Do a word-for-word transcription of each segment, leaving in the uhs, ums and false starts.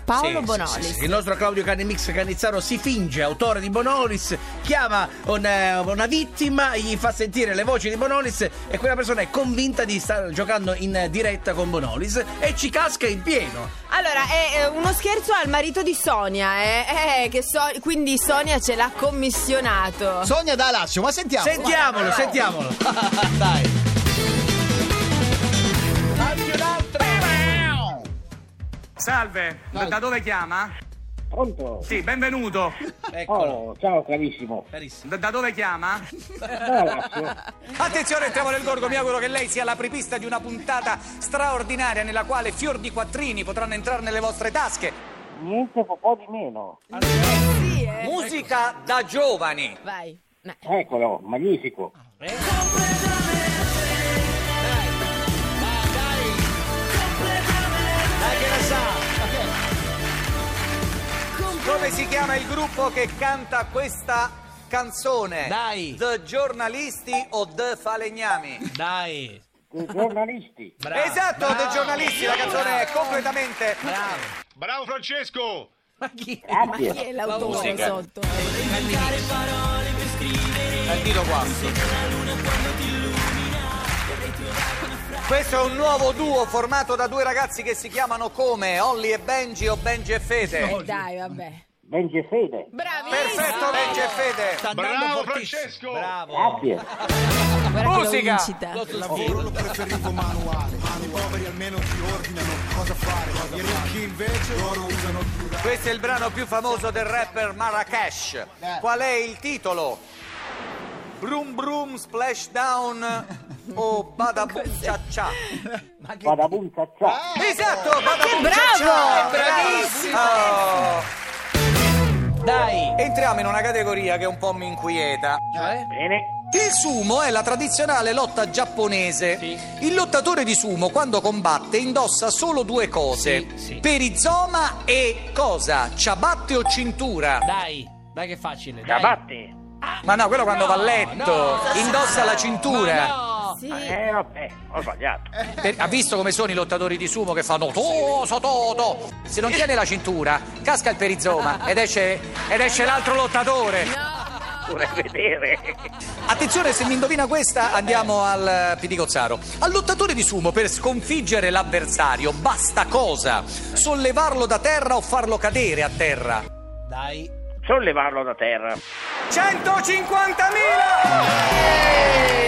Paolo Sì, Bonolis. sì, sì, sì. Il nostro Claudio Canemix Canizzaro si finge autore di Bonolis, chiama una, una vittima, gli fa sentire le voci di Bonolis e quella persona è convinta di stare giocando in diretta con Bonolis e ci casca in pieno. Allora, è uno scherzo al marito di Sonia, eh? Eh, che so, quindi Sonia ce l'ha commissionato. Sonia da Lazio, ma sentiamo. Sentiamolo, vai. sentiamolo. Dai. Salve, da, da dove chiama? Pronto? Sì, benvenuto. Eccolo. Oh, ciao carissimo. Carissimo. Da, da dove chiama? Da Lazio. Attenzione, entriamo nel gorgo, mi auguro che lei sia l'apripista di una puntata straordinaria nella quale fior di quattrini potranno entrare nelle vostre tasche. Niente po' po' di meno. Sì, eh. Musica da giovani. Vai. No. Eccolo, magnifico. Dai che la sa. Come si chiama il gruppo che canta questa canzone? Dai. The Giornalisti o The Falegnami? Dai. I giornalisti. Bravo. Esatto, The Giornalisti, la canzone è completamente... Bravo. Bravo Francesco! Ma chi? Ma chi Grazie. è l'autore musica. sotto? Il dito qua. Questo è un nuovo duo formato da due ragazzi che si chiamano come Olli e Benji o Benji e Fede. Eh, dai, vabbè. Benji e Fede. Bravissimo. Perfetto, Benji e Fede. Sta andando Bravo, fortissimo. Francesco! Bravo. Grazie. Guarda che Musica. lo incita. Lo lavoro lo preferivo manuale, i poveri almeno ti ordinano cosa fare, i ricchi invece loro usano più. Questo è il brano più famoso del rapper Marrakesh. Qual è il titolo? Brum Brum Splashdown o Badabum Cia Cia? Vada bunza ciao. Esatto, Badabum Che Cia Cia! bravo! Bravissimo! Oh. Dai. Entriamo in una categoria che un po' mi inquieta. Cioè? Bene. Il sumo è la tradizionale lotta giapponese. Sì. Il lottatore di sumo quando combatte indossa solo due cose: Sì, sì. perizoma e cosa? Ciabatte o cintura? Dai. Dai che è facile. Dai. Ciabatte. Ma no, quello quando va a letto no. indossa la cintura. Ma no. Sì. Eh vabbè, ho sbagliato. Per- ha visto come sono i lottatori di sumo che fanno toso toto? Se non tiene la cintura, casca il perizoma ed esce, ed esce l'altro lottatore. Vorrei vedere. Attenzione, se mi indovina questa andiamo al Pidigozzaro. Al lottatore di sumo per sconfiggere l'avversario basta cosa? Sollevarlo da terra o farlo cadere a terra? Dai. Sollevarlo da terra. centocinquantamila!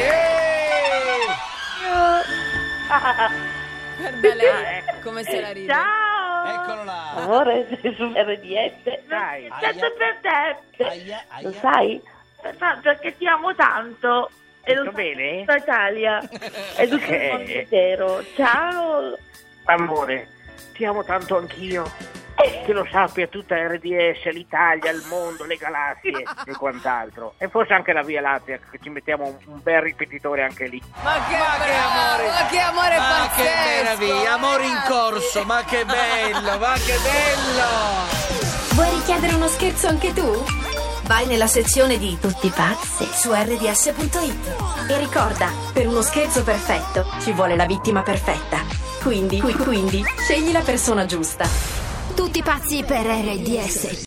Guarda lei come se la ride. Ciao! Eccolo là. Amore, sei su R D S? Dai. Tanto per te! Aia, aia. Lo sai? Ma perché ti amo tanto! E lo Tutto sai bene? tutta Italia e tutto il mondo intero. Ciao! Amore, ti amo tanto anch'io. Che lo sappia tutta R D S, l'Italia, il mondo, le galassie e quant'altro. E forse anche la Via Lattea, che ci mettiamo un, un bel ripetitore anche lì. Ma che, Ma che amore. Ma che amore Ma pazzesco! che meraviglia, amore in corso, ma che bello, ma che bello! Vuoi richiedere uno scherzo anche tu? Vai nella sezione di Tutti pazzi su R D S punto it e ricorda, per uno scherzo perfetto ci vuole la vittima perfetta. Quindi, qui- quindi, scegli la persona giusta. Tutti pazzi per R D S.